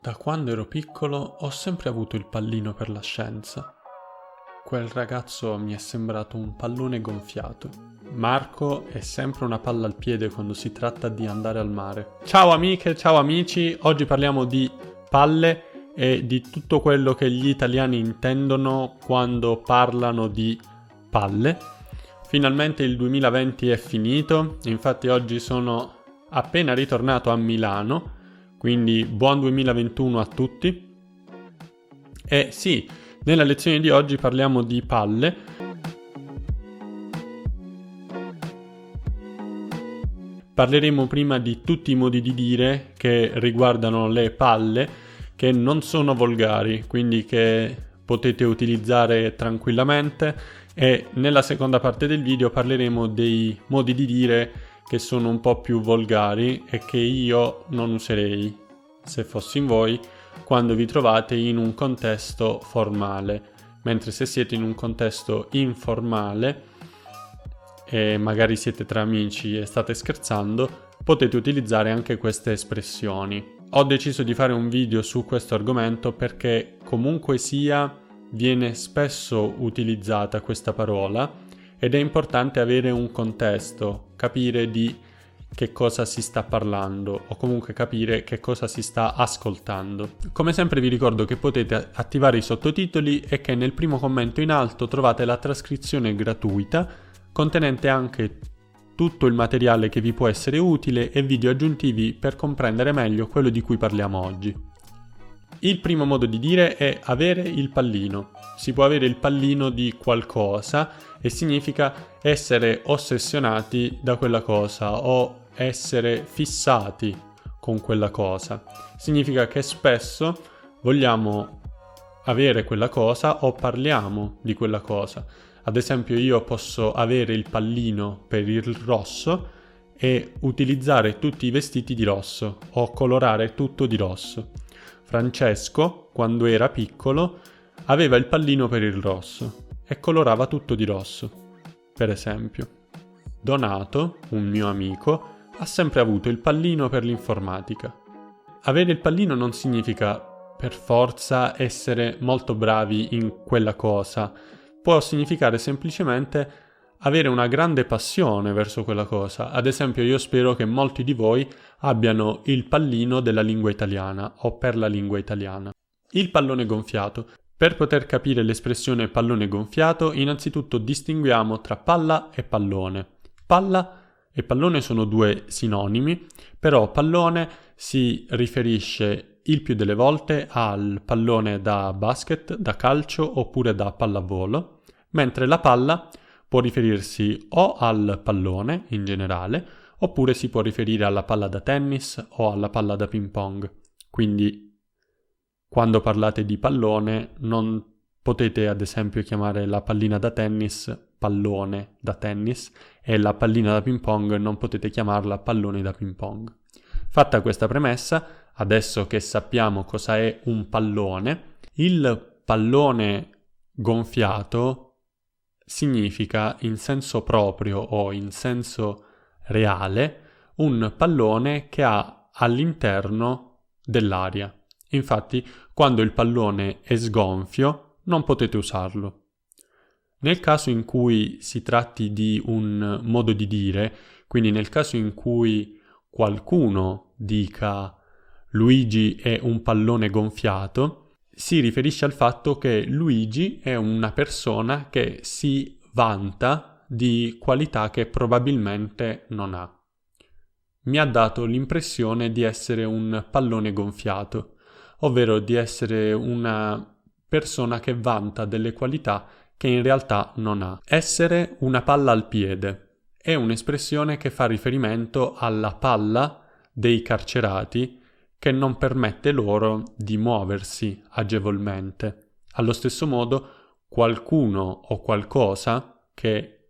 Da quando ero piccolo ho sempre avuto il pallino per la scienza. Quel ragazzo mi è sembrato un pallone gonfiato. Marco è sempre una palla al piede quando si tratta di andare al mare. Ciao amiche, ciao amici, oggi parliamo di palle e di tutto quello che gli italiani intendono quando parlano di palle. Finalmente il 2020 è finito, infatti oggi sono appena ritornato a Milano. Quindi buon 2021 a tutti. E sì, nella lezione di oggi parliamo di palle. Parleremo prima di tutti i modi di dire che riguardano le palle, che non sono volgari, quindi che potete utilizzare tranquillamente. E nella seconda parte del video parleremo dei modi di dire che sono un po' più volgari e che io non userei, se fossi in voi, quando vi trovate in un contesto formale, mentre se siete in un contesto informale e magari siete tra amici e state scherzando, potete utilizzare anche queste espressioni. Ho deciso di fare un video su questo argomento perché comunque sia viene spesso utilizzata questa parola ed è importante avere un contesto, capire di che cosa si sta parlando o comunque capire che cosa si sta ascoltando. Come sempre vi ricordo che potete attivare i sottotitoli e che nel primo commento in alto trovate la trascrizione gratuita contenente anche tutto il materiale che vi può essere utile e video aggiuntivi per comprendere meglio quello di cui parliamo oggi. Il primo modo di dire è avere il pallino. Si può avere il pallino di qualcosa e significa essere ossessionati da quella cosa o essere fissati con quella cosa. Significa che spesso vogliamo avere quella cosa o parliamo di quella cosa. Ad esempio io posso avere il pallino per il rosso e utilizzare tutti i vestiti di rosso o colorare tutto di rosso. Francesco, quando era piccolo, aveva il pallino per il rosso e colorava tutto di rosso, per esempio. Donato, un mio amico, ha sempre avuto il pallino per l'informatica. Avere il pallino non significa per forza essere molto bravi in quella cosa, può significare semplicemente avere una grande passione verso quella cosa. Ad esempio io spero che molti di voi abbiano il pallino della lingua italiana o per la lingua italiana. Il pallone gonfiato. Per poter capire l'espressione pallone gonfiato, innanzitutto distinguiamo tra palla e pallone. Palla e pallone sono due sinonimi, però pallone si riferisce il più delle volte al pallone da basket, da calcio oppure da pallavolo, mentre la palla può riferirsi o al pallone in generale, oppure si può riferire alla palla da tennis o alla palla da ping pong. Quindi, quando parlate di pallone, non potete ad esempio chiamare la pallina da tennis pallone da tennis e la pallina da ping pong non potete chiamarla pallone da ping pong. Fatta questa premessa, adesso che sappiamo cosa è un pallone, il pallone gonfiato significa in senso proprio o in senso reale un pallone che ha all'interno dell'aria. Infatti, quando il pallone è sgonfio, non potete usarlo. Nel caso in cui si tratti di un modo di dire, quindi nel caso in cui qualcuno dica Luigi è un pallone gonfiato, si riferisce al fatto che Luigi è una persona che si vanta di qualità che probabilmente non ha. Mi ha dato l'impressione di essere un pallone gonfiato, ovvero di essere una persona che vanta delle qualità che in realtà non ha. Essere una palla al piede è un'espressione che fa riferimento alla palla dei carcerati che non permette loro di muoversi agevolmente. Allo stesso modo, qualcuno o qualcosa che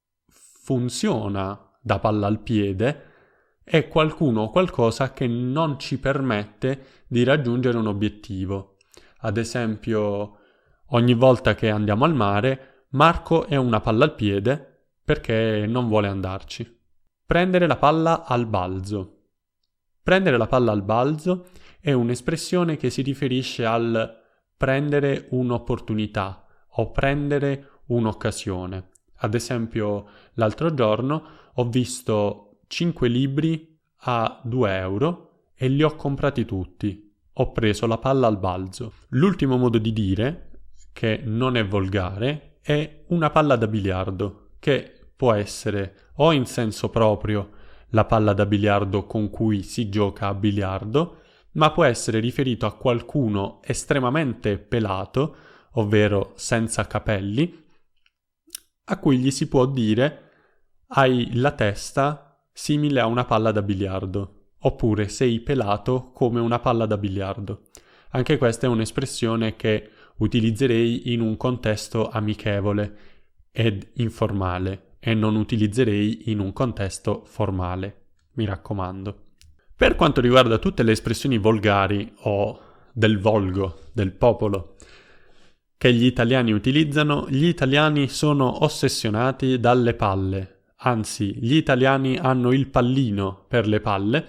funziona da palla al piede è qualcuno o qualcosa che non ci permette di raggiungere un obiettivo. Ad esempio, ogni volta che andiamo al mare, Marco è una palla al piede perché non vuole andarci. Prendere la palla al balzo. Prendere la palla al balzo è un'espressione che si riferisce al prendere un'opportunità o prendere un'occasione. Ad esempio, l'altro giorno ho visto 5 libri a 2 euro e li ho comprati tutti. Ho preso la palla al balzo. L'ultimo modo di dire, che non è volgare, è una palla da biliardo, che può essere o in senso proprio la palla da biliardo con cui si gioca a biliardo, ma può essere riferito a qualcuno estremamente pelato, ovvero senza capelli, a cui gli si può dire hai la testa simile a una palla da biliardo, oppure sei pelato come una palla da biliardo. Anche questa è un'espressione che utilizzerei in un contesto amichevole ed informale e non utilizzerei in un contesto formale, mi raccomando. Per quanto riguarda tutte le espressioni volgari o del volgo, del popolo, che gli italiani utilizzano, gli italiani sono ossessionati dalle palle. Anzi, gli italiani hanno il pallino per le palle.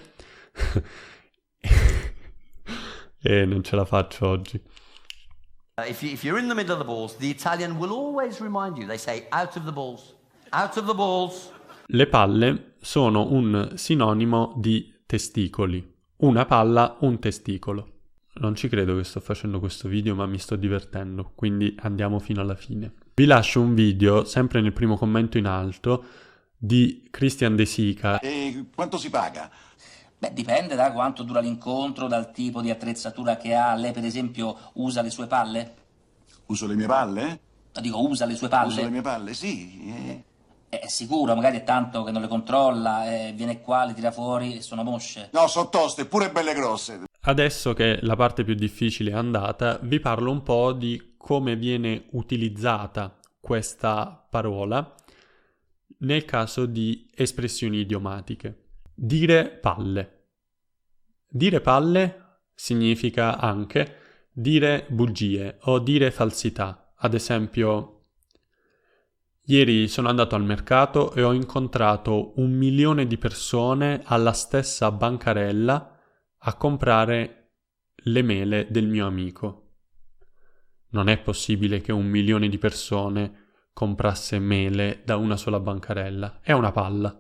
E non ce la faccio oggi. If you're in the middle of the balls, the Italian will always remind you. They say, out of the balls. Out of the balls. Le palle sono un sinonimo di testicoli. Una palla, un testicolo. Non ci credo che sto facendo questo video, ma mi sto divertendo, quindi andiamo fino alla fine. Vi lascio un video, sempre nel primo commento in alto, di Christian De Sica. E quanto si paga? Beh, dipende da quanto dura l'incontro, dal tipo di attrezzatura che ha. Lei, per esempio, usa le sue palle? Uso le mie palle? Dico, usa le sue palle? Uso le mie palle, sì. È sicuro, magari è tanto che non le controlla, viene qua, le tira fuori e sono mosce. No, sono toste, pure belle grosse. Adesso che la parte più difficile è andata, vi parlo un po' di come viene utilizzata questa parola nel caso di espressioni idiomatiche. Dire palle. Dire palle significa anche dire bugie o dire falsità. Ad esempio, ieri sono andato al mercato e ho incontrato 1 milione di persone alla stessa bancarella a comprare le mele del mio amico. Non è possibile che 1 milione di persone comprasse mele da una sola bancarella. È una palla.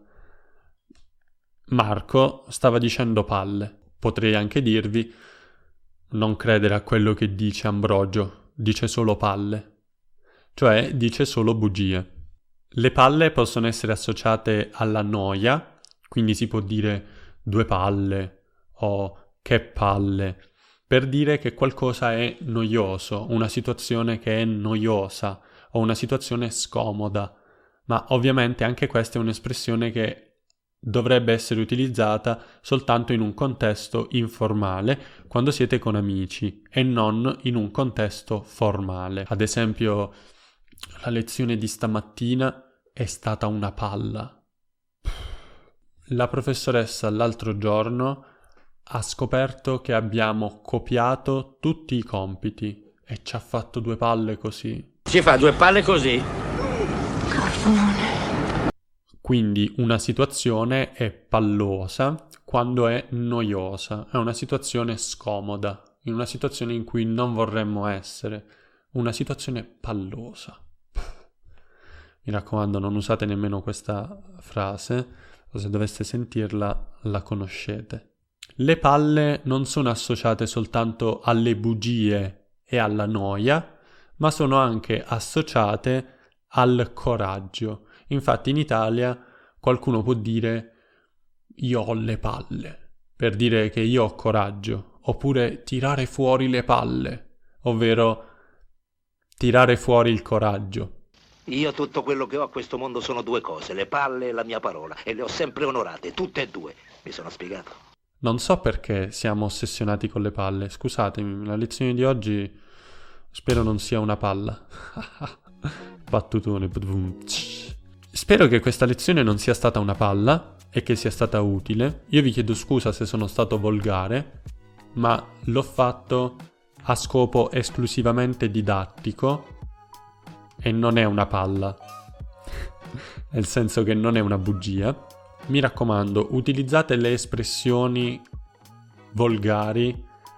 Marco stava dicendo palle. Potrei anche dirvi non credere a quello che dice Ambrogio, dice solo palle. Cioè dice solo bugie. Le palle possono essere associate alla noia, quindi si può dire 2 palle o che palle, per dire che qualcosa è noioso, una situazione che è noiosa o una situazione scomoda. Ma ovviamente anche questa è un'espressione che dovrebbe essere utilizzata soltanto in un contesto informale, quando siete con amici, e non in un contesto formale. Ad esempio, la lezione di stamattina è stata una palla. La professoressa l'altro giorno ha scoperto che abbiamo copiato tutti i compiti e ci ha fatto 2 palle così. Ci fa 2 palle così. Quindi una situazione è pallosa quando è noiosa, è una situazione scomoda, in una situazione in cui non vorremmo essere, una situazione pallosa. Mi raccomando, non usate nemmeno questa frase, o se doveste sentirla la conoscete. Le palle non sono associate soltanto alle bugie e alla noia, ma sono anche associate al coraggio. Infatti in Italia qualcuno può dire io ho le palle, per dire che io ho coraggio, oppure tirare fuori le palle, ovvero tirare fuori il coraggio. Io tutto quello che ho a questo mondo sono 2 cose, le palle e la mia parola, e le ho sempre onorate, tutte e 2. Mi sono spiegato? Non so perché siamo ossessionati con le palle, scusatemi, la lezione di oggi spero non sia una palla. Battutone. Spero che questa lezione non sia stata una palla e che sia stata utile. Io vi chiedo scusa se sono stato volgare, ma l'ho fatto a scopo esclusivamente didattico e non è una palla, nel senso che non è una bugia. Mi raccomando, utilizzate le espressioni volgari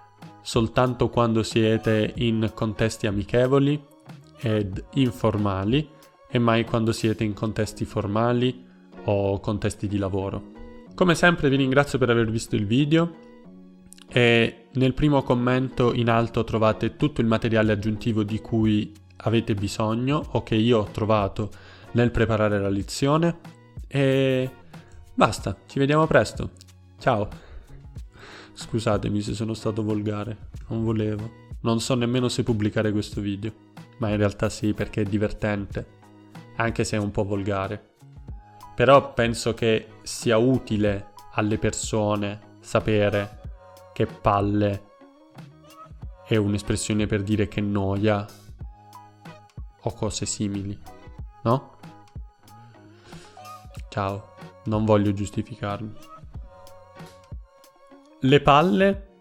soltanto quando siete in contesti amichevoli ed informali e mai quando siete in contesti formali o contesti di lavoro. Come sempre vi ringrazio per aver visto il video e nel primo commento in alto trovate tutto il materiale aggiuntivo di cui avete bisogno o che io ho trovato nel preparare la lezione e basta, ci vediamo presto. Ciao. Scusatemi se sono stato volgare, non volevo. Non so nemmeno se pubblicare questo video, ma in realtà sì, perché è divertente, anche se è un po' volgare. Però penso che sia utile alle persone sapere che palle è un'espressione per dire che noia o cose simili, no? Ciao, non voglio giustificarmi. Le palle